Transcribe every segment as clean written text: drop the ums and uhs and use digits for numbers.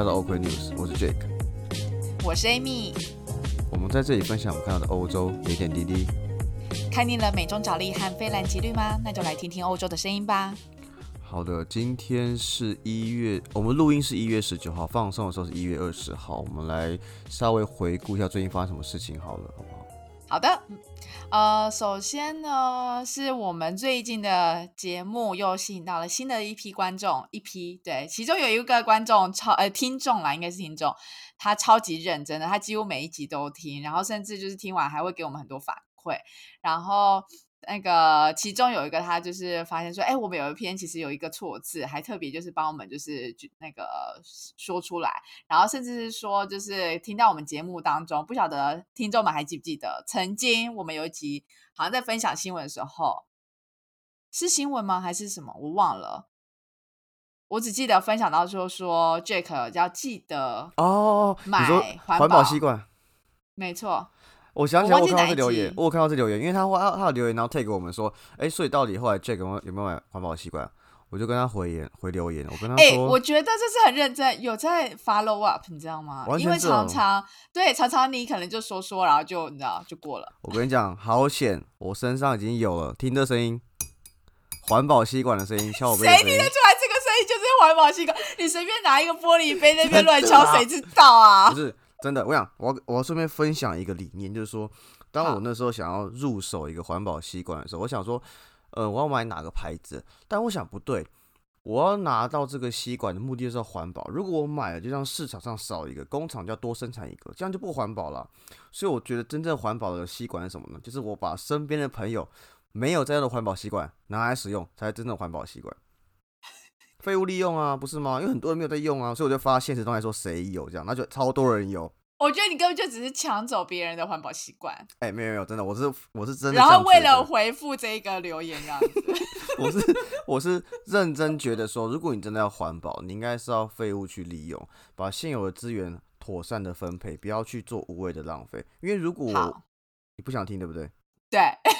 来到 OK News， 我是 Jake， 我是 Amy， 我们在这里分享我们看到的欧洲点点滴滴。 看腻了美中角力和非蓝即绿吗？那就来听听欧洲的声音吧。 好的，今天是我们录音是1月19号，放送的时候是1月20号，我们来稍微回顾一下最近发生什么事情好了，好不好？ 好的，首先呢，是我们最近的节目又吸引到了新的一批观众，对，其中有一个观众听众啦，应该是听众，他超级认真的，他几乎每一集都听，然后甚至就是听完还会给我们很多反馈，然后那个其中有一个他就是发现说，我们有一篇其实有一个错字，还特别就是帮我们就是那个说出来，然后甚至是说就是听到我们节目当中，不晓得听众们还记不记得，曾经我们有一集好像在分享新闻的时候，是新闻吗还是什么我忘了，我只记得分享到说 Jake 要记得你说买环保吸管， 没错， 我想起来，我看到这留言，因为他有留言，然后 tag 我们说，所以到底后来 Jack 有没有买环保吸管？我就跟他回留言，我跟他说， 我觉得这是很认真，有在 follow up， 你知道吗？因为常常你可能就说，然后就你知道就过了。 我跟你讲，好险，我身上已经有了，听这声音，环保吸管的声音，敲我杯的声音， 谁听得出来这个声音就是环保吸管？你随便拿一个玻璃杯那边乱敲，谁知道啊？ 不是真的，我要顺便分享一个理念，就是说，当我那时候想要入手一个环保吸管的时候，我想说，我要买哪个牌子？但我想不对，我要拿到这个吸管的目的就是要环保。如果我买了，就像市场上少一个，工厂就要多生产一个，这样就不环保了。所以我觉得真正环保的吸管是什么呢？就是我把身边的朋友没有在用的环保吸管拿来使用，才是真正的环保吸管。废物利用啊，不是吗？因为很多人没有在用啊，所以我就发现实中来说谁有这样，那就超多人有。 我觉得你根本就只是抢走别人的环保习惯。 没有，真的，我是真的。 然后为了回复这个留言这样子，我是认真觉得说，如果你真的要环保，你应该是要废物去利用，把现有的资源妥善的分配，不要去做无谓的浪费。因为如果你不想听，对不对？ 对。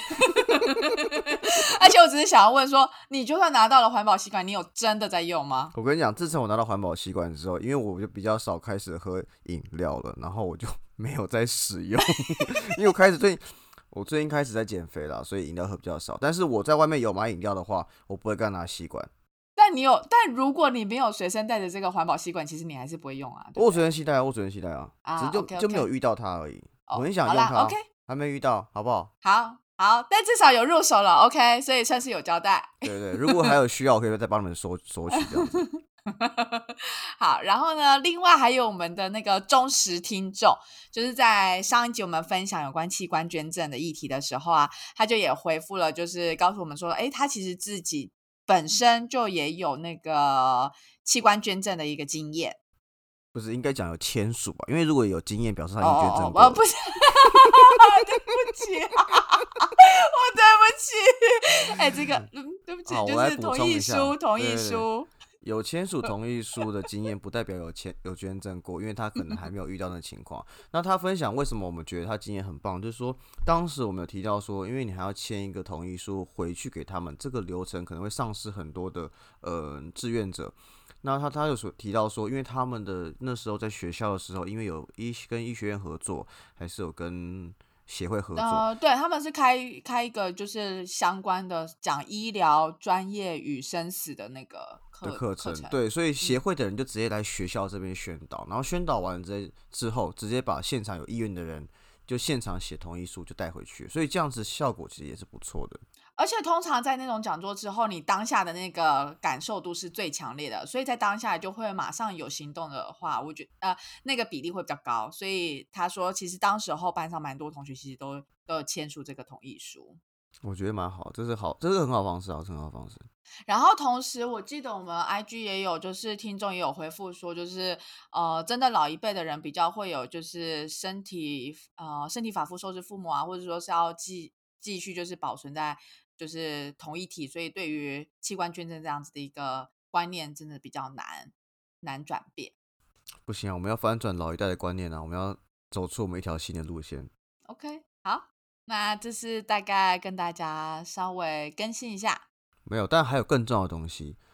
而且我只是想要问说，你就算拿到了环保吸管，你有真的在用吗？ 我跟你讲，自从我拿到环保吸管之后，因为我就比较少开始喝饮料了，然后我就没有在使用。因为我最近开始在减肥啦，所以饮料喝比较少。但是我在外面有买饮料的话，我不会跟他拿吸管。 但如果你没有随身带着这个环保吸管，其实你还是不会用啊。对不对？ 我随身携带啊，只是就没有遇到它而已。我很想用它，还没遇到，好不好？ 好，但至少有入手了 ，OK， 所以算是有交代。 对，如果还有需要，我可以再帮你们索取这样子。 好，然后呢，另外还有我们的那个忠实听众，就是在上一集我们分享有关器官捐赠的议题的时候啊，他就也回复了，就是告诉我们说，他其实自己本身就也有那个器官捐赠的一个经验。 不是应该讲有签署吧？因为如果有经验，表示他已经捐赠过了。 不是，对不起，我对不起。这个，对不起，就是同意书。 有签署同意书的经验，不代表有捐赠过，因为他可能还没有遇到那情况。那他分享为什么我们觉得他经验很棒，就是说当时我们有提到说，因为你还要签一个同意书回去给他们，这个流程可能会丧失很多的志愿者。那他有提到说，因为他们的那时候在学校的时候，因为有跟医学院合作，还是有跟协会合作。 对，他们是开一个就是相关的讲医疗专业与生死的那个课程。 对，所以协会的人就直接来学校这边宣导，然后宣导完之后，直接把现场有意愿的人就现场写同意书就带回去，所以这样子效果其实也是不错的。 而且通常在那种讲座之后，你当下的那个感受度是最强烈的，所以在当下就会马上有行动的话，我觉得那个比例会比较高。所以他说，其实当时候班上蛮多同学其实都有签署这个同意书。 我觉得蛮好，这是很好方式啊，很好方式。 然后同时，我记得我们 IG 也有，就是听众也有回复说，就是真的老一辈的人比较会有，就是身体发肤受之父母啊，或者说是要继续就是保存在就是同一体，所以对于器官捐赠这样子的一个观念，真的比较难转变。 不行啊，我们要翻转老一代的观念啊，我们要走出我们一条新的路线。 OK， 好，那这是大概跟大家稍微更新一下。 没有，但还有更重要的东西。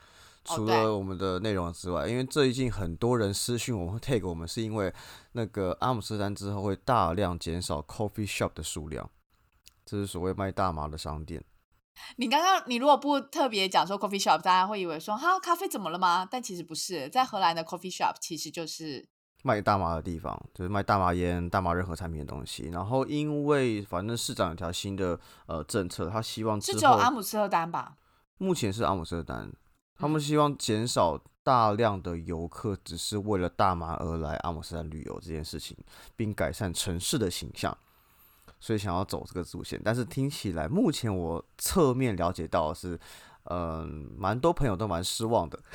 哦， 除对， 了我们的内容之外，因为最近很多人私讯我们 tag 我们，是因为那个阿姆斯特丹之后会大量减少 coffee shop 的数量，这是所谓卖大麻的商店。 你刚刚你如果不特别讲说 coffee shop，大家会以为说哈咖啡怎么了吗？但其实不是，在荷兰的 coffee shop 其实就是卖大麻的地方，就是卖大麻烟、大麻任何产品的东西。然后因为反正市长有条新的政策，他希望是只有之后阿姆斯特丹吧？ 目前是阿姆斯特丹，他们嗯， 希望减少大量的游客只是为了大麻而来阿姆斯特丹旅游这件事情，并改善城市的形象，所以想要走这个路线。但是听起来，目前我侧面了解到的是，蛮多朋友都蛮失望的。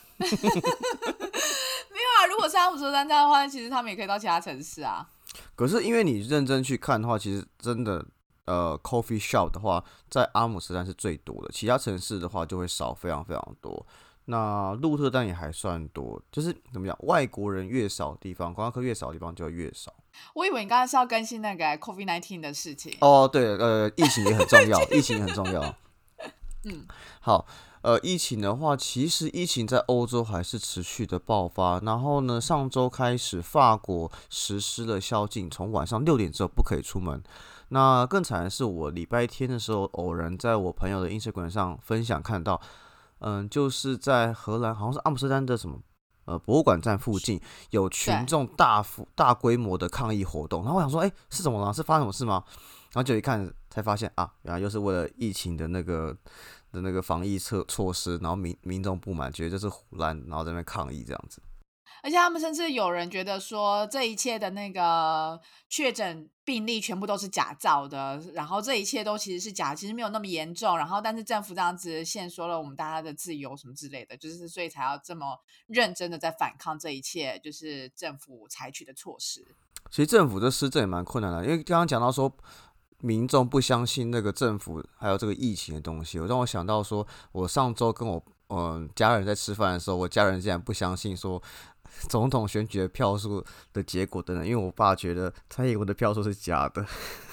没有啊。如果是阿姆斯特丹这样的话，其实他们也可以到其他城市啊。 可是因为你认真去看的话，其实真的coffee shop 的话，在阿姆斯特丹是最多的，其他城市的话就会少非常非常多。那鹿特丹也还算多，就是怎么讲，外国人越少的地方，观光客越少的地方就会越少。 我以为你刚刚是要更新那个COVID-19的事情。 哦，对，疫情也很重要，疫情也很重要。 嗯， 好，疫情的话，其实疫情在欧洲还是持续的爆发。然后呢，上周开始，法国实施了宵禁，从晚上6点之后不可以出门。那更惨的是，我礼拜天的时候，偶然在我朋友的 Instagram 上分享看到，就是在荷兰，好像是阿姆斯特丹的什么博物馆站附近，有群对。 众大规模的抗议活动。然后我想说，是怎么了？是发生什么事吗？然后就一看，才发现啊，原来又是为了疫情的那个防疫措施，然后民众不满，觉得这是胡乱，然后在那边抗议这样子。 而且他们甚至有人觉得说，这一切的那个确诊病例全部都是假造的，然后这一切都其实是假，其实没有那么严重。然后，但是政府这样子限缩了我们大家的自由什么之类的，就是所以才要这么认真的在反抗这一切，就是政府采取的措施。 其实政府这施政也蛮困难的，因为刚刚讲到说民众不相信那个政府还有这个疫情的东西，让我想到说，我上周跟我家人在吃饭的时候，我家人竟然不相信说总统选举的票数的结果等等，因为我爸觉得蔡英文的票数是假的。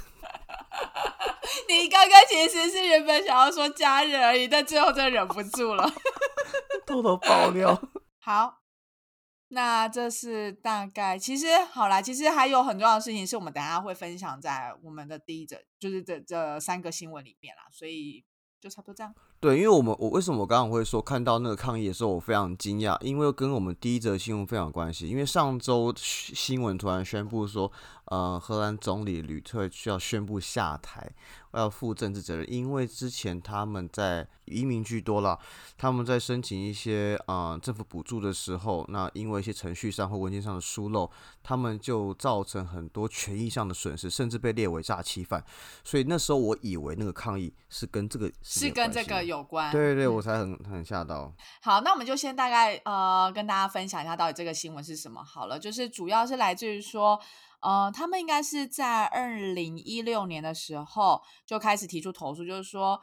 你刚刚其实是原本想要说家人而已，但最后真的忍不住了。 偷偷爆料。 好，那这是大概，其实好啦，其实还有很重要的事情是我们等一下会分享在我们的第一则，就是这3个新闻里面啦，所以就差不多这样。 对，因为我为什么我刚刚会说看到那个抗议的时候，我非常惊讶，因为跟我们第一则新闻非常有关系。因为上周新闻突然宣布说，荷兰总理吕特需要宣布下台，要负政治责任，因为之前他们在移民居多啦，他们在申请一些政府补助的时候，那因为一些程序上或文件上的疏漏，他们就造成很多权益上的损失，甚至被列为诈欺犯。所以那时候我以为那个抗议是跟这个事情是跟这个有关系的。 有关。 对对对，我才很吓到。 好，那我们就先大概跟大家分享一下到底这个新闻是什么好了，就是主要是来自于说，他们应该是在2016年的时候就开始提出投诉，就是说，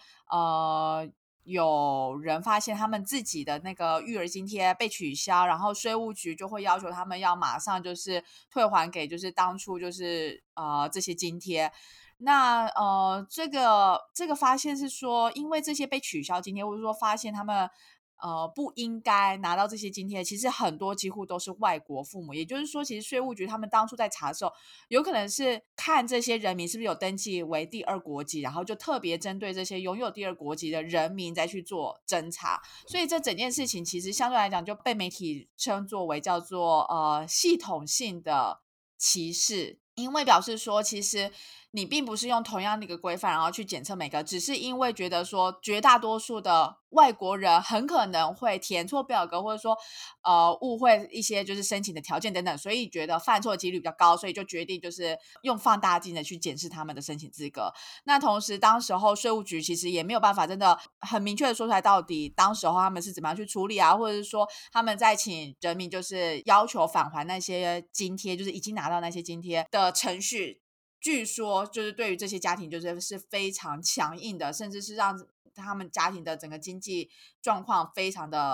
有人发现他们自己的那个育儿津贴被取消，然后税务局就会要求他们要马上就是退还给就是当初就是这些津贴。那这个发现是说，因为这些被取消津贴，或者说发现他们不应该拿到这些津贴，其实很多几乎都是外国父母。也就是说，其实税务局他们当初在查的时候，有可能是看这些人民是不是有登记为第二国籍，然后就特别针对这些拥有第二国籍的人民再去做侦查。所以这整件事情其实相对来讲就被媒体称作为叫做系统性的歧视。因为表示说，其实你并不是用同样的一个规范，然后去检测每个，只是因为觉得说，绝大多数的外国人很可能会填错表格，或者说误会一些就是申请的条件等等，所以觉得犯错的几率比较高，所以就决定就是用放大镜的去检视他们的申请资格。那同时，当时候税务局其实也没有办法真的很明确的说出来，到底当时候他们是怎么样去处理啊，或者是说他们在请人民就是要求返还那些津贴，就是已经拿到那些津贴的程序。据说就是对于这些家庭是非常强硬的，甚至是让他们家庭的整个经济状况非常的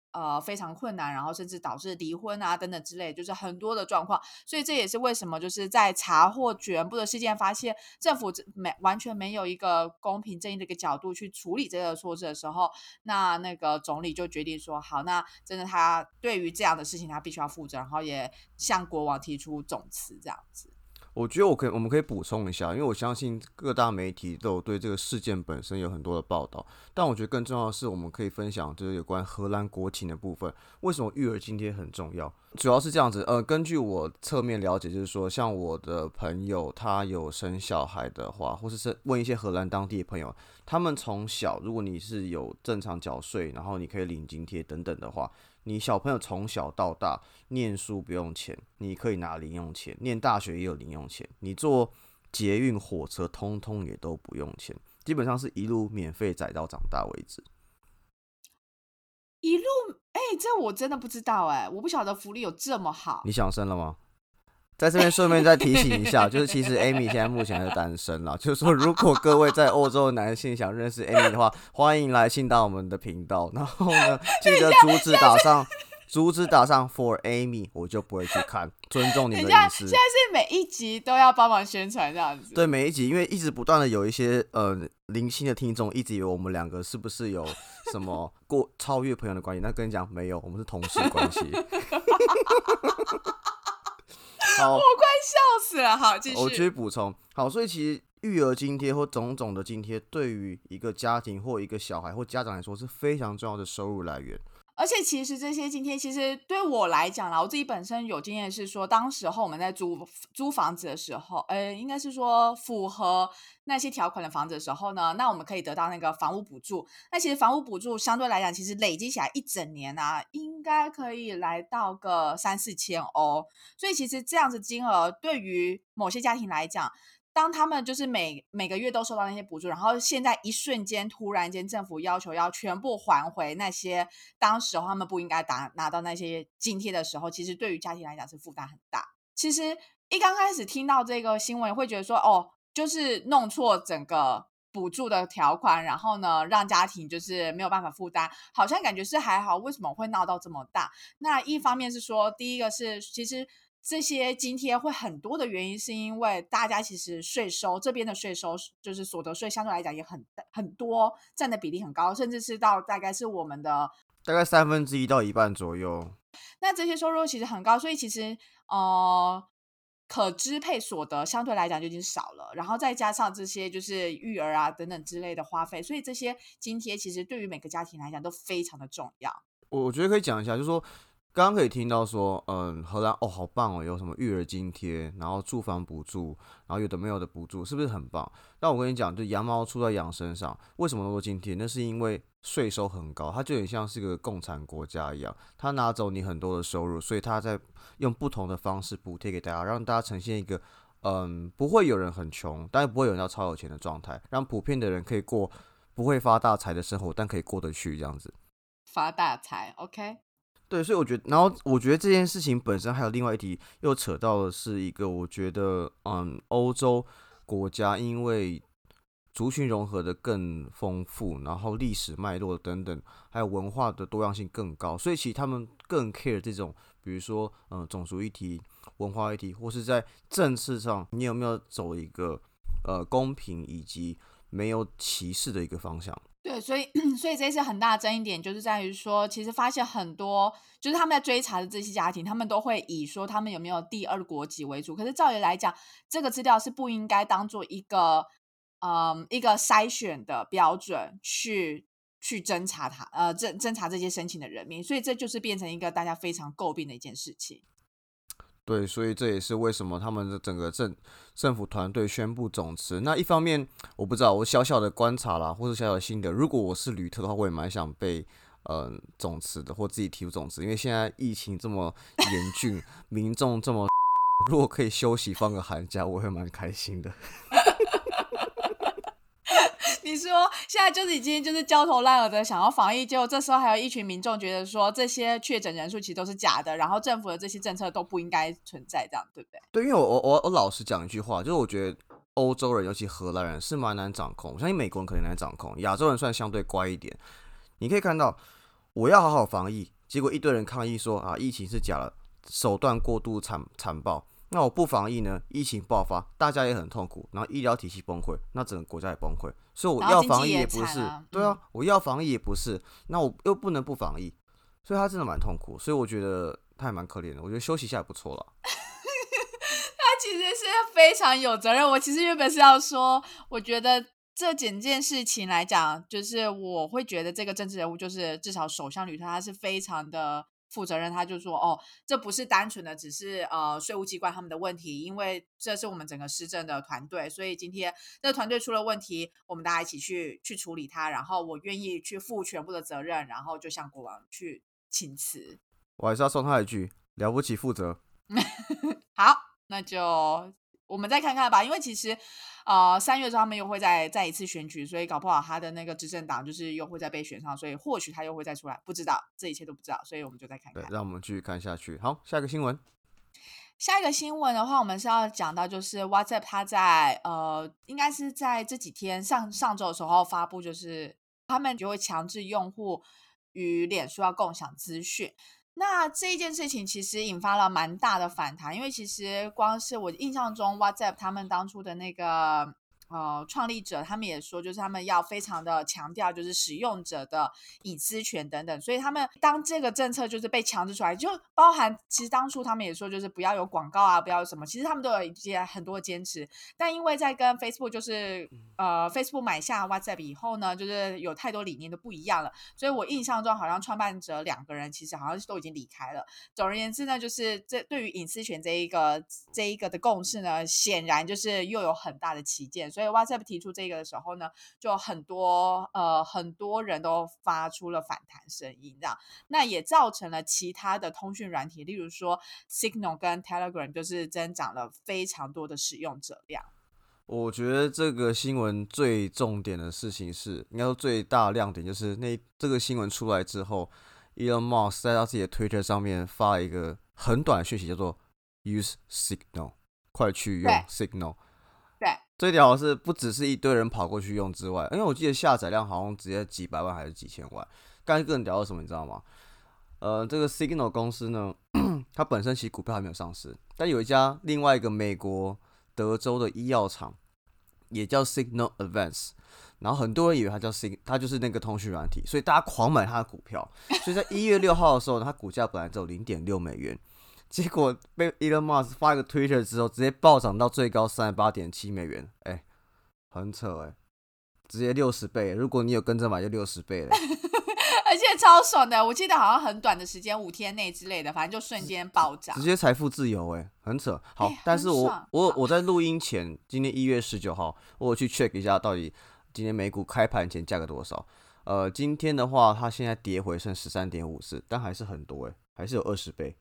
非常困难，然后甚至导致离婚啊等等之类，就是很多的状况。所以这也是为什么就是在查获全部的事件，发现政府完全没有一个公平正义的一个角度去处理这个措施的时候，那个总理就决定说，好，那真的他对于这样的事情他必须要负责，然后也向国王提出总辞这样子。 我觉得我们可以补充一下，因为我相信各大媒体都有对这个事件本身有很多的报道，但我觉得更重要的是，我们可以分享就是有关荷兰国情的部分。为什么育儿津贴很重要？主要是这样子，根据我侧面了解，就是说，像我的朋友他有生小孩的话，或是问一些荷兰当地的朋友，他们从小如果你是有正常缴税，然后你可以领津贴等等的话，你小朋友从小到大念书不用钱，你可以拿零用钱，念大学也有零用钱，你坐捷运、火车通通也都不用钱，基本上是一路免费载到长大为止。 一路，这我真的不知道我不晓得福利有这么好。 你想生了吗？在这边顺便再提醒一下，就是其实 Amy 现在目前是单身啦，就是说如果各位在欧洲的男性想认识 Amy 的话，欢迎来信到我们的频道，然后呢，记得主旨打上 for Amy， 我就不会去看，尊重你们的隐私。 现在是每一集都要帮忙宣传这样子。 对，每一集，因为一直不断的有一些零星的听众一直以为我们两个是不是有什么超越朋友的关系，那跟你讲没有，我们是同事关系。好， 我快笑死了。好，继续。 我继续补充。好，所以其实育儿津贴或种种的津贴，对于一个家庭或一个小孩或家长来说是非常重要的收入来源。 而且其实这些津贴，其实对我来讲啦，我自己本身有经验是说，当时候我们在租房子的时候，应该是说符合那些条款的房子的时候呢，那我们可以得到那个房屋补助。那其实房屋补助相对来讲，其实累积起来一整年啊，应该可以来到个3-4千欧。所以其实这样子金额对于某些家庭来讲，当他们就是每个月都收到那些补助，然后现在一瞬间突然间政府要求要全部还回那些当时他们不应该拿到那些津贴的时候，其实对于家庭来讲是负担很大。其实一刚开始听到这个新闻会觉得说，就是弄错整个补助的条款，然后呢让家庭就是没有办法负担，好像感觉是还好，为什么会闹到这么大？那一方面是说，第一个是其实这些津贴会很多的原因，是因为大家其实这边的税收就是所得税相对来讲也很多，占的比例很高，甚至是到大概是我们的大概1/3到1半左右。 那这些收入其实很高，所以其实可支配所得相对来讲就已经少了，然后再加上这些就是育儿啊等等之类的花费，所以这些津贴其实对于每个家庭来讲都非常的重要。 我觉得可以讲一下，就是说刚刚可以听到说，荷兰好棒哦，有什么育儿津贴，然后住房补助，然后有的没有的补助，是不是很棒？但我跟你讲，就羊毛出在羊身上，为什么那么多津贴？那是因为税收很高，它就很像是个共产国家一样，它拿走你很多的收入，所以它在用不同的方式补贴给大家，让大家呈现一个不会有人很穷，但也不会有人要超有钱的状态，让普遍的人可以过不会发大财的生活，但可以过得去这样子。 发大财 ，OK？ 对，所以我觉得，然后我觉得这件事情本身还有另外一题，又扯到的是一个，我觉得，欧洲国家因为族群融合的更丰富，然后历史脉络等等，还有文化的多样性更高，所以其实他们更 care 这种，比如说，种族议题、文化议题，或是在政治上，你有没有走一个公平以及没有歧视的一个方向？ 对，所以所以这次很大的争议点就是在于说，其实发现很多就是他们在追查的这些家庭，他们都会以说他们有没有第二国籍为主。可是照理来讲，这个资料是不应该当做一个筛选的标准去侦查侦查这些申请的人民，所以这就是变成一个大家非常诟病的一件事情。 对，所以这也是为什么他们的整个政府团队宣布总辞。那一方面，我不知道，我小小的观察啦，或者小小的心得，如果我是吕特的话，我也蛮想被总辞的，或自己提出总辞，因为现在疫情这么严峻，民众这么，如果可以休息放个寒假，我会蛮开心的。 你说现在就是已经就是焦头烂额的想要防疫，结果这时候还有一群民众觉得说这些确诊人数其实都是假的，然后政府的这些政策都不应该存在，这样对不对？ 对，因为我老实讲一句话，就是我觉得欧洲人，尤其荷兰人是蛮难掌控，我相信美国人可能难掌控，亚洲人算相对乖一点。你可以看到，我要好好防疫， 结果一堆人抗议说啊，疫情是假的，手段过度残暴。那我不防疫呢，疫情爆发，大家也很痛苦，然后医疗体系崩溃，那整个国家也崩溃。所以我然后经济也要防疫也不是， 惨了， 对啊，我要防疫也不是，那我又不能不防疫，所以他真的蛮痛苦。所以我觉得他也蛮可怜的，我觉得休息一下也不错啦。 他其实是非常有责任。我其实原本是要说，我觉得这整件事情来讲，就是我会觉得这个政治人物，就是至少首相吕特，他是非常的负责任。他就说，哦，这不是单纯的只是税务机关他们的问题，因为这是我们整个施政的团队，所以今天这个团队出了问题，我们大家一起去处理它，然后我愿意去负全部的责任，然后就向国王去请辞。 我还是要送他一句：了不起，负责。 好，那就我们再看看吧，因为其实3月的时候他们又会再一次选举，所以搞不好他的那个执政党就是又会再被选上，所以或许他又会再出来，不知道，这一切都不知道，所以我们就再看对， 看。 让我们继续看下去。好，下一个新闻。 下一个新闻的话，我们是要讲到就是 WhatsApp 它在应该是在这几天上周的时候发布，就是他们就会强制用户与脸书要共享资讯。那这一件事情其实引发了蛮大的反弹，因为其实光是我印象中 WhatsApp 他们当初的那个创立者，他们也说，就是他们要非常的强调就是使用者的隐私权等等，所以他们当这个政策就是被强制出来，就包含其实当初他们也说就是不要有广告啊，不要有什么，其实他们都有一些很多的坚持，但因为在跟 Facebook 就是Facebook 买下 WhatsApp 以后呢，就是有太多理念都不一样了，所以我印象中好像创办者2个人其实好像都已经离开了。总而言之呢，就是这对于隐私权这一个的共识呢，显然就是又有很大的歧见。所以 WhatsApp 提出这个的时候呢，就很多人都发出了反弹声音，这样那也造成了其他的通讯软体，例如说 Signal 跟 Telegram 就是增长了非常多的使用者量。 我觉得这个新闻最重点的事情是，应该说最大的亮点就是这个新闻出来之后，Elon Musk 在他自己的 Twitter 上面发了一个很短的讯息，叫做 Use Signal， 快去用 Signal。 对， 最屌的是，不只是一堆人跑过去用之外，因为我记得下载量好像直接几百万还是几千万。但更屌的是什么，你知道吗？这个 Signal 公司呢，它本身其实股票还没有上市，但有另外一个美国德州的医药厂也叫 Signal Advance， 然后很多人以为它就是那个通讯软体，所以大家狂买它的股票。所以在1月6号的时候呢，它股价本来只有0.6美元，结果被 Elon Musk 发一个 Twitter 之后，直接暴涨到最高38.7美元，很扯直接60倍。如果你有跟着买，就60倍了。 而且超爽的，我记得好像很短的时间，5天内之类的，反正就瞬间暴涨， 直接财富自由很扯。好，但是我在录音前，今天1月19号，我有去 check 一下到底今天美股开盘前价格多少。今天的话，它现在跌回剩13.54，但还是很多还是有20倍。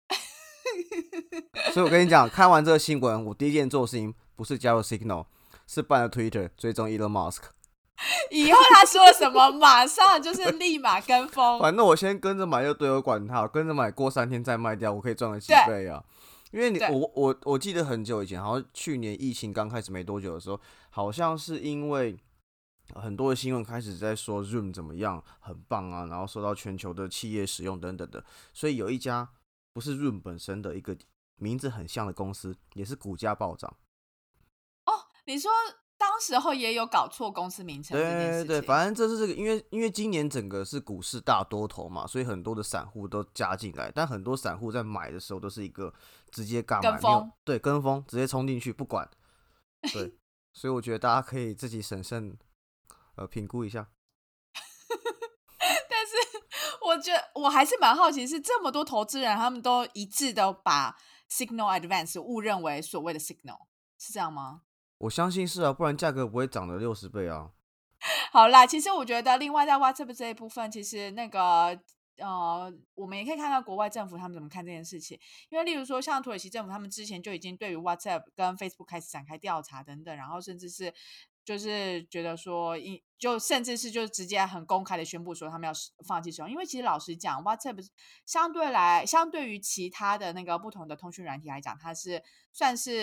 所以我跟你讲，看完这个新闻，我第一件做的事情不是加入 Signal， 是办了 Twitter 追踪 Elon Musk。 以后他说什么，马上就是立马跟风。 反正我先跟着买就对，我管他，跟着买过3天再卖掉，我可以赚个几倍啊！因为我记得很久以前，好像去年疫情刚开始没多久的时候，好像是因为很多的新闻开始在说 Zoom 怎么样，很棒啊，然后受到全球的企业使用等等的，所以有一家不是 Zoom 本身的一个名字很像的公司，也是股价暴涨。 哦，你说当时候也有搞错公司名称这件事情。 对，反正这是这个，因为今年整个是股市大多头嘛，所以很多的散户都加进来，但很多散户在买的时候都是一个直接干买， 跟风， 对，跟风直接冲进去不管，对，所以我觉得大家可以自己审慎评估一下。 但是我觉得我还是蛮好奇，是这么多投资人他们都一致的把 Signal Advance 误认为所谓的 Signal， 是这样吗？ 我相信是啊，不然价格不会涨了60倍啊。 好啦，其实我觉得另外在 WhatsApp 这一部分，其实那个我们也可以看看国外政府他们怎么看这件事情。因为例如说像土耳其政府，他们之前就已经对于 WhatsApp 跟 Facebook 开始展开调查等等，然后甚至是就是觉得说甚至是就直接很公开的宣布说他们要放弃使用。因为其实老实讲 WhatsApp 相对于其他的那个不同的通讯软体来讲，它是算是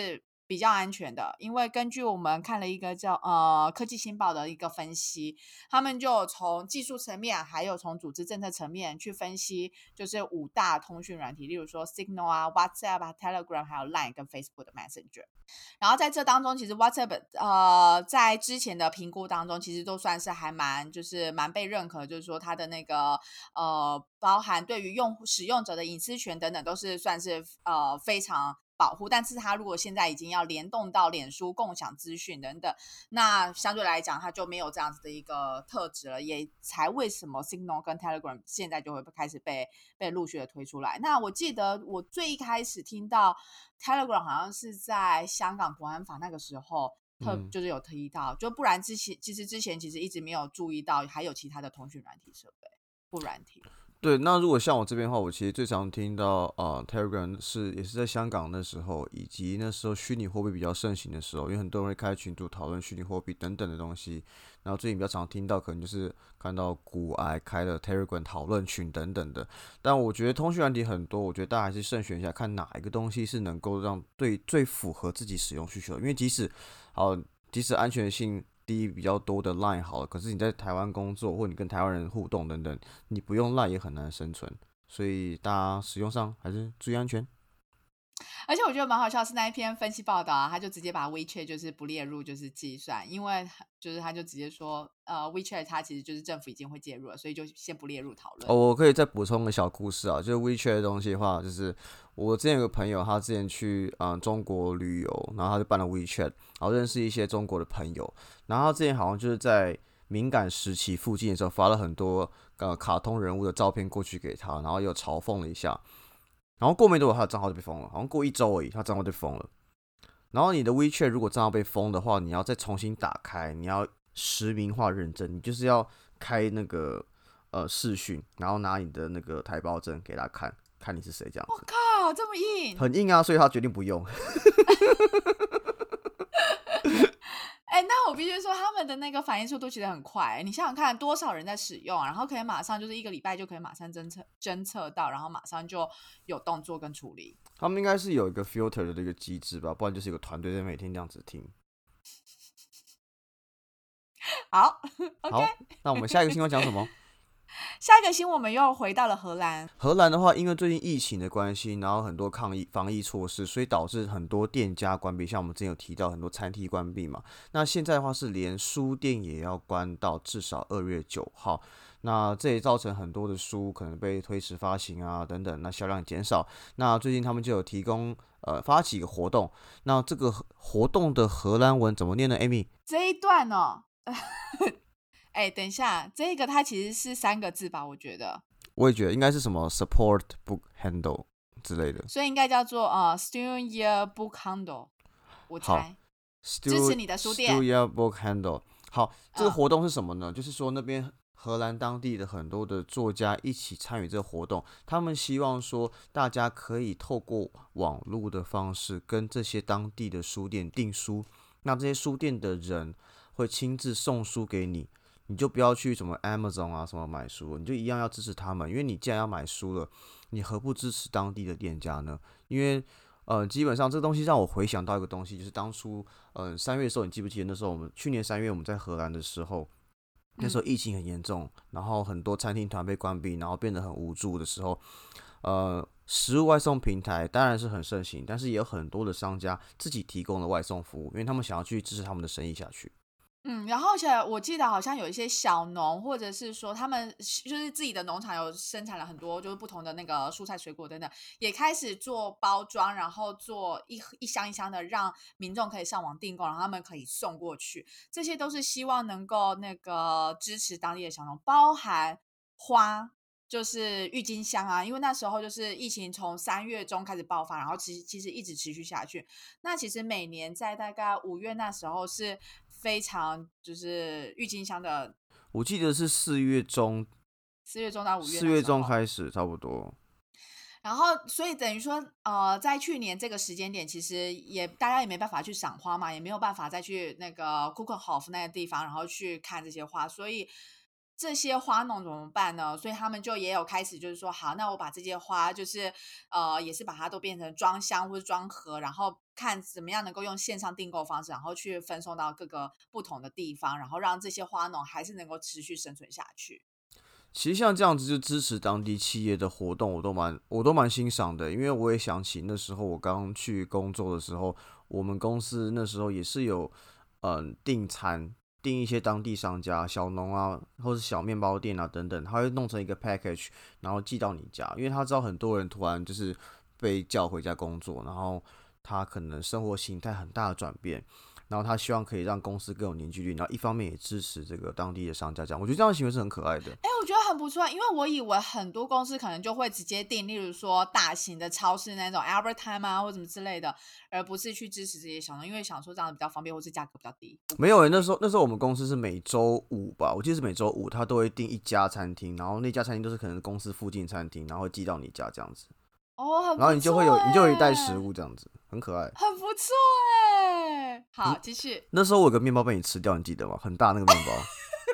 比较安全的，因为根据我们看了一个叫科技新报的一个分析，他们就从技术层面，还有从组织政策层面去分析，就是五大通讯软体，例如说 Signal 啊、WhatsApp 啊、Telegram，还有 Line 跟 Facebook 的 Messenger。然后在这当中，其实 WhatsApp 在之前的评估当中，其实都算是还蛮就是蛮被认可，就是说它的那个包含对于使用者的隐私权等等，都是算是非常保护。但是它如果现在已经要联动到脸书共享资讯等等，那相对来讲它就没有这样子的一个特质了，也才为什么 Signal 跟 Telegram 现在就会开始被陆续的推出来。那我记得我最一开始听到 Telegram 好像是在香港国安法那个时候就是有提到，就不然之前其实一直没有注意到还有其他的通讯软体设备不软体。 对，那如果像我这边的话，我其实最常听到Telegram 也是在香港那时候，以及那时候虚拟货币比较盛行的时候，因为很多人会开群组讨论虚拟货币等等的东西。然后最近比较常听到，可能就是看到股癌开了 Telegram 讨论群等等的。但我觉得通讯软体很多，我觉得大家还是慎选一下，看哪一个东西是能够让最符合自己使用需求的。因为即使安全性低比较多的 Line 好了，可是你在台湾工作，或你跟台湾人互动等等，你不用 Line 也很难生存，所以大家使用上还是注意安全。 而且我觉得蛮好笑的是那一篇分析报道啊，他就直接把 WeChat 就是不列入就是计算，因为就是他就直接说WeChat 它其实就是政府已经会介入了，所以就先不列入讨论。 我可以再补充个小故事啊，就是 WeChat 的东西的话，就是我之前有个朋友，他之前去中国旅游，然后他就办了 WeChat，然后认识一些中国的朋友，然后他之前好像就是在敏感时期附近的时候发了很多卡通人物的照片过去给他，然后又嘲讽了一下，然后过没多久他的账号就被封了，好像过1周而已，他账号就封了。然后你的 WeChat 如果账号被封的话，你要再重新打开，你要实名化认证，你就是要开那个视讯，然后拿你的那个台胞证给他看，看你是谁这样我子， 靠，这么硬！ 很硬啊，所以他决定不用。 哎，那我必须说，他们的那个反应速度其实很快。你想想看，多少人在使用，然后可以马上就是1个礼拜就可以马上侦测到，然后马上就有动作跟处理。 他们应该是有一个 filter 的这个机制吧，不然就是有个团队在每天这样子听。 好，OK。 好，那我们下一个新闻讲什么？ 下一个新闻我们又回到了荷兰。 荷兰的话，因为最近疫情的关系，然后很多防疫措施，所以导致很多店家关闭。像我们之前有提到很多餐厅关闭嘛，那现在的话是连书店也要关到至少2月9号。那这也造成很多的书可能被推迟发行啊等等，那销量减少。那最近他们就有发起一个活动，那这个活动的荷兰文怎么念呢 ？Amy？ 这一段哦，哎，等一下，这个它其实是3个字吧？我觉得， 我也觉得应该是什么 support book handle 之类的。 所以应该叫做Student Year Book Handle，我好猜支持你的书店。 ，Student book handle。好，这个嗯活动是什么呢？就是说那边荷兰当地的很多的作家一起参与这个活动，他们希望说大家可以透过网络的方式跟这些当地的书店订书，那这些书店的人会亲自送书给你。你就不要去什么 Amazon 啊什么买书，你就一样要支持他们，因为你既然要买书了，你何不支持当地的店家呢？因为基本上这个东西让我回想到一个东西，就是当初3月的时候，你记不记得那时候去年3月我们在荷兰的时候，那时候疫情很严重，然后很多餐厅团被关闭，然后变得很无助的时候，食物外送平台当然是很盛行，但是也有很多的商家自己提供了外送服务，因为他们想要去支持他们的生意下去。 然后而且我记得好像有一些小农，或者是说他们就是自己的农场有生产了很多就是不同的那个蔬菜水果等等，也开始做包装，然后做一箱一箱的，让民众可以上网订购，然后他们可以送过去。这些都是希望能够那个支持当地的小农，包含花。就是郁金香啊，因为那时候就是疫情从3月中开始爆发，然后其实一直持续下去。那其实每年在大概5月那时候是非常就是郁金香的我记得是4月中， 4月中到5月四月中那时候。 开始差不多。 然后所以等于说在去年这个时间点，其实大家也没办法去赏花嘛，也没有办法再去那个 Kuchenhof 那个地方，然后去看这些花，所以这些花农怎么办呢？所以他们就也有开始就是说，好，那我把这些花就是也是把它都变成装箱或者装盒，然后看怎么样能够用线上订购方式，然后去分送到各个不同的地方，然后让这些花农还是能够持续生存下去。 其实像这样子就支持当地企业的活动，我都蛮欣赏的，因为我也想起那时候我刚去工作的时候，我们公司那时候也是有订餐，订一些当地商家、小农啊，或是小面包店啊等等，他会弄成一个 package，然后寄到你家，因为他知道很多人突然就是被叫回家工作，然后他可能生活形态很大的转变。然后他希望可以让公司更有凝聚力，然后一方面也支持这个当地的商家，这样我觉得这样的行为是很可爱的。 哎，我觉得很不错，因为我以为很多公司可能就会直接订，例如说大型的超市那种 Albert Time 啊，或什么之类的，而不是去支持这些小农，因为想说这样比较方便，或是价格比较低。我不没有诶， 是那时候我们公司是每周五吧，我记得是每周五，他都会订一家餐厅，然后那家餐厅都是可能公司附近餐厅，然后会寄到你家这样子， 哦，很然后不错你就有一袋食哎， 物这样子，很可爱。 很不错哎。好，继续。 那时候我有个面包被你吃掉，你记得吗？很大那个面包，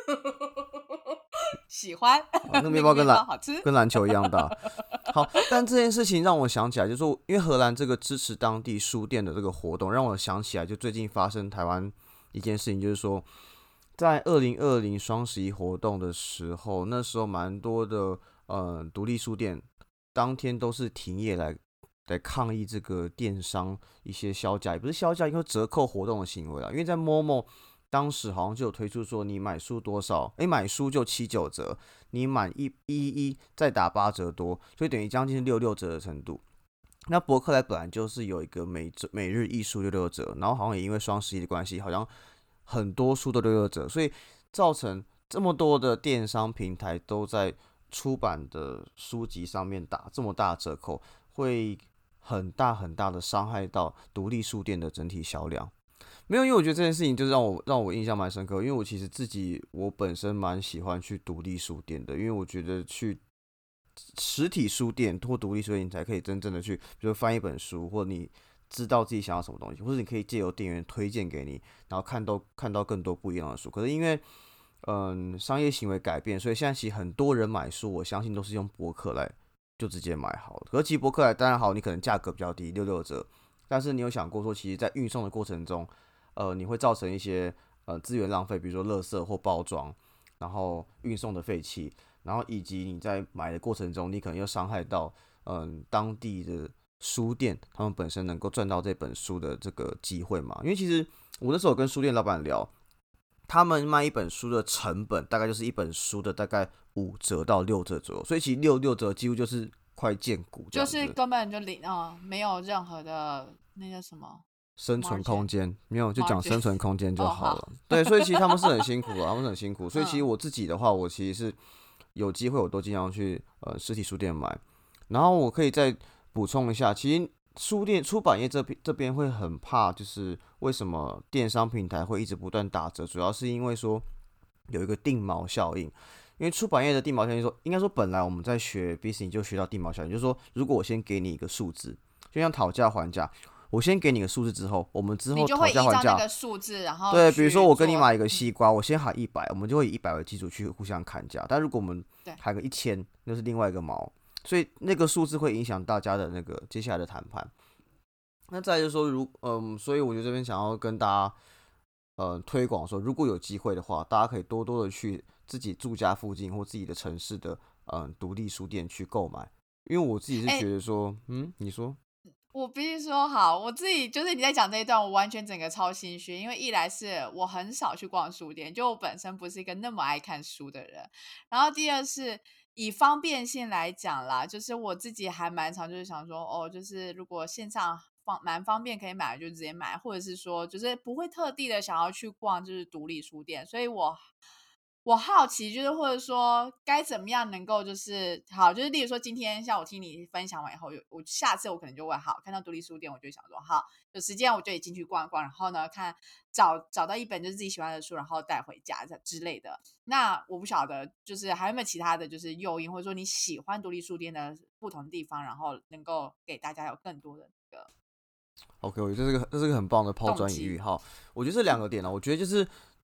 喜欢啊，那个面那个面包包好吃。 跟篮球一样大。好，但这件事情让我想起来，就是说，因为荷兰这个支持当地书店的这个活动，让我想起来，就最近发生台湾一件事情，就是说，在2020双11活动的时候，那时候蛮多的独立书店当天都是停业来抗议这个电商一些销价，也不是销价，因为折扣活动的行为啦。因为在 Momo 当时好像就有推出说，你买书多少，买书就79折，你满一再打8折多，所以等于将近是66折的程度。那博客来本来就是有一个每日一书66折，然后好像也因为双11的关系，好像很多书都66折，所以造成这么多的电商平台都在出版的书籍上面打这么大的折扣，会很大很大的伤害到独立书店的整体销量。没有，因为我觉得这件事情就是让我印象蛮深刻，因为我其实我本身蛮喜欢去独立书店的，因为我觉得去实体书店或独立书店，你才可以真正的去，比如翻一本书，或者你知道自己想要什么东西，或者你可以借由店员推荐给你，然后看到更多不一样的书。可是因为商业行为改变，所以现在其实很多人买书，我相信都是用博客来就直接买好了。可是其实博客来当然好，你可能价格比较低，66折，但是你有想过说，其实在运送的过程中，你会造成一些资源浪费，比如说垃圾或包装，然后运送的废气，然后以及你在买的过程中，你可能又伤害到当地的书店，他们本身能够赚到这本书的这个机会嘛？因为其实我那时候有跟书店老板聊，他们卖一本书的成本大概就是一本书的大概5折到6折左右，所以其实六折几乎就是快见骨这就是样子。 根本就没有任何的那个什么生存空 margin 间没有，就讲 margin。 生存空间就哦，好， 好了。对，所以其实他们是很辛苦的，他们是很辛苦。所以其实嗯， 我自己的话，我其实是有机会我都经常去实体书店买。然后我可以再补充一下，其实书店出版业这边会很怕，就是为什么电商平台会一直不断打折，主要是因为说有一个定锚效应。因为出版业的定锚效应说，应该说本来我们在学 business 就学到定锚效应，就是说如果我先给你一个数字，就像讨价还价，我先给你个数字之后，我们之后讨你就会价还价， 依照那个数字，然后对，比如说去做， 我跟你买一个西瓜，我先喊100，我们就会以100为基础去互相砍价。但如果我们对。 喊个1000，那是另外一个毛，所以那个数字会影响大家的那个接下来的谈判。那再来就是说，所以我觉得这边想要跟大家推广说，如果有机会的话，大家可以多多的去自己住家附近或自己的城市的独立书店去购买，因为我自己是哎、 觉得说，你说。 我必须说好，我自己就是你在讲这一段，我完全整个超心虚，因为一来是我很少去逛书店，就我本身不是一个那么爱看书的人，然后第二是以方便性来讲啦，就是我自己还蛮常就是想说，哦，就是如果线上蛮方便可以买就直接买，或者是说就是不会特地的想要去逛就是独立书店，所以我好奇，就是或者说该怎么样能够就是好，就是例如说今天像我听你分享完以后，我下次我可能就会好看到独立书店，我就会想说好，有时间我就得进去逛一逛，然后呢找到一本就是自己喜欢的书，然后带回家之类的。那我不晓得就是还有没有其他的就是诱因，或者说你喜欢独立书店的不同地方，然后能够给大家有更多的那个 OK，我觉得这是个很棒的抛动机。 砖引玉哈。我觉得这两个点呢，我觉得就是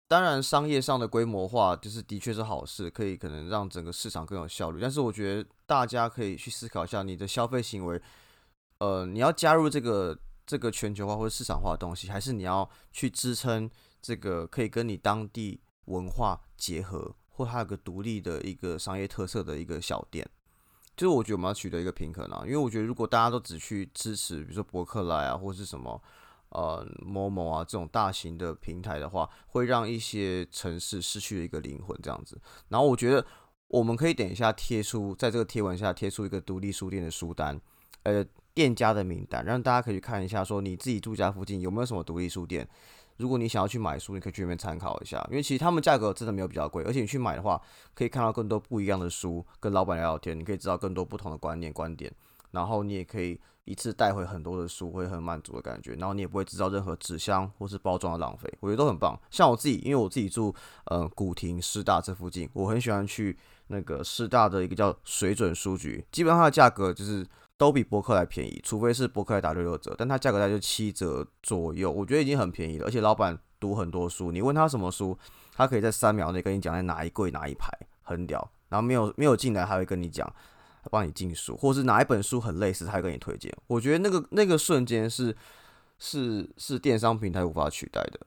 当然商业上的规模化就是的确是好事，可以可能让整个市场更有效率。但是我觉得大家可以去思考一下，你的消费行为，你要加入这个全球化或者市场化的东西，还是你要去支撑这个可以跟你当地文化结合，或它有个独立的一个商业特色的一个小店？就是我觉得我们要取得一个平衡啊，因为我觉得如果大家都只去支持，比如说博客来啊，或是什么某某啊这种大型的平台的话，会让一些城市失去了一个灵魂这样子。然后我觉得我们可以等一下在这个贴文下贴出一个独立书店的书单，店家的名单，让大家可以去看一下，说你自己住家附近有没有什么独立书店。如果你想要去买书，你可以去那边参考一下，因为其实他们价格真的没有比较贵，而且你去买的话，可以看到更多不一样的书，跟老板聊聊天，你可以知道更多不同的观念观点，然后你也可以一次带回很多的书，会很满足的感觉，然后你也不会制造任何纸箱或是包装的浪费，我觉得都很棒。像我自己，因为我自己住古亭师大这附近，我很喜欢去那个师大的一个叫水准书局，基本上它的价格就是都比博客来便宜，除非是博客来打66折，但它价格大概就7折左右，我觉得已经很便宜了。而且老板读很多书，你问他什么书，他可以在3秒内跟你讲在哪一柜哪一排，很屌。然后没有进来，他会跟你讲，他帮你进书，或是哪一本书很类似，他会跟你推荐。我觉得那个瞬间是电商平台无法取代的。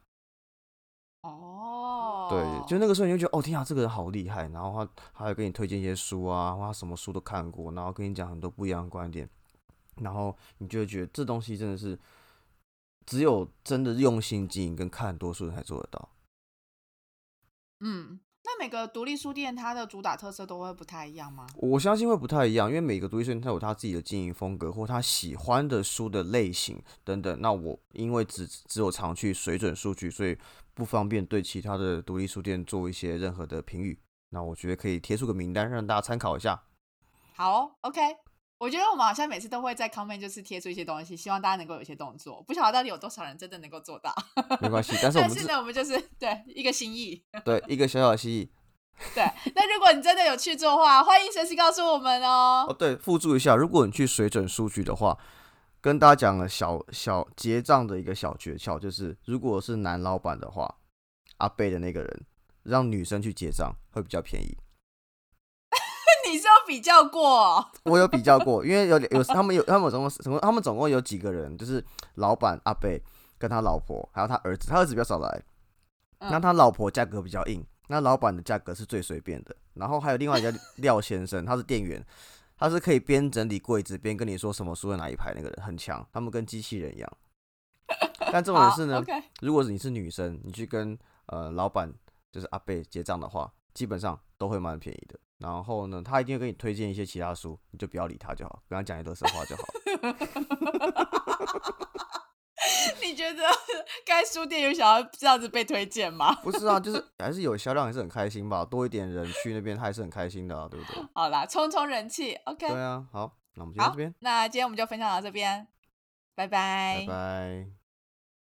对，就哦， 那个时候你就觉得，哦天啊，这个人好厉害，然后他还跟你推荐一些书啊，或他什么书都看过，然后跟你讲很多不一样的观点，然后你就会觉得这东西真的是只有真的用心经营跟看很多书人才做得到。 嗯，那每个独立书店它的主打特色都会不太一样吗？ 我相信会不太一样，因为每个独立书店它有他自己的经营风格，或他喜欢的书的类型等等。那我因为只有常去水准书局，所以不方便对其他的独立书店做一些任何的评语。那我觉得可以贴出个名单让大家参考一下。 好哦，OK。我觉得我们好像每次都会在 comment 就是贴出一些东西，希望大家能够有一些动作。不晓得到底有多少人真的能够做到， 没关系，但是我们但是呢，我们就是对一个心意。 对一个小小的心意。 对，那如果你真的有去做的话，欢迎随时告诉我们哦， 哦。 对，附注一下，如果你去水准书局的话，跟大家讲了小结账的一个小诀窍，就是如果是男老板的话，阿贝的那个人让女生去结账会比较便宜。 你是有比较过？ 我有比较过，因为他们总共有几个人，就是老板阿贝跟他老婆还有他儿子，他儿子比较少来，那他老婆价格比较硬，那老板的价格是最随便的。然后还有另外一个廖先生，他是店员，他是可以边整理柜子边跟你说什么书在哪一排，那个人很强，他们跟机器人一样。但这种人好是呢， ，OK。 如果你是女生，你去跟老板就是阿贝结账的话，基本上都会蛮便宜的。然后呢，他一定会给你推荐一些其他书，你就不要理他就好，跟他讲一些垃圾话就好。 你觉得该书店有想要这样子被推荐吗？ 不是啊，就是还是有销量，还是很开心吧，多一点人去那边，他还是很开心的啊，对不对？ 好啦，冲冲人气，OK。 对啊，好，那我们今天到这好， 边， 那今天我们就分享到这边，拜拜拜。 拜。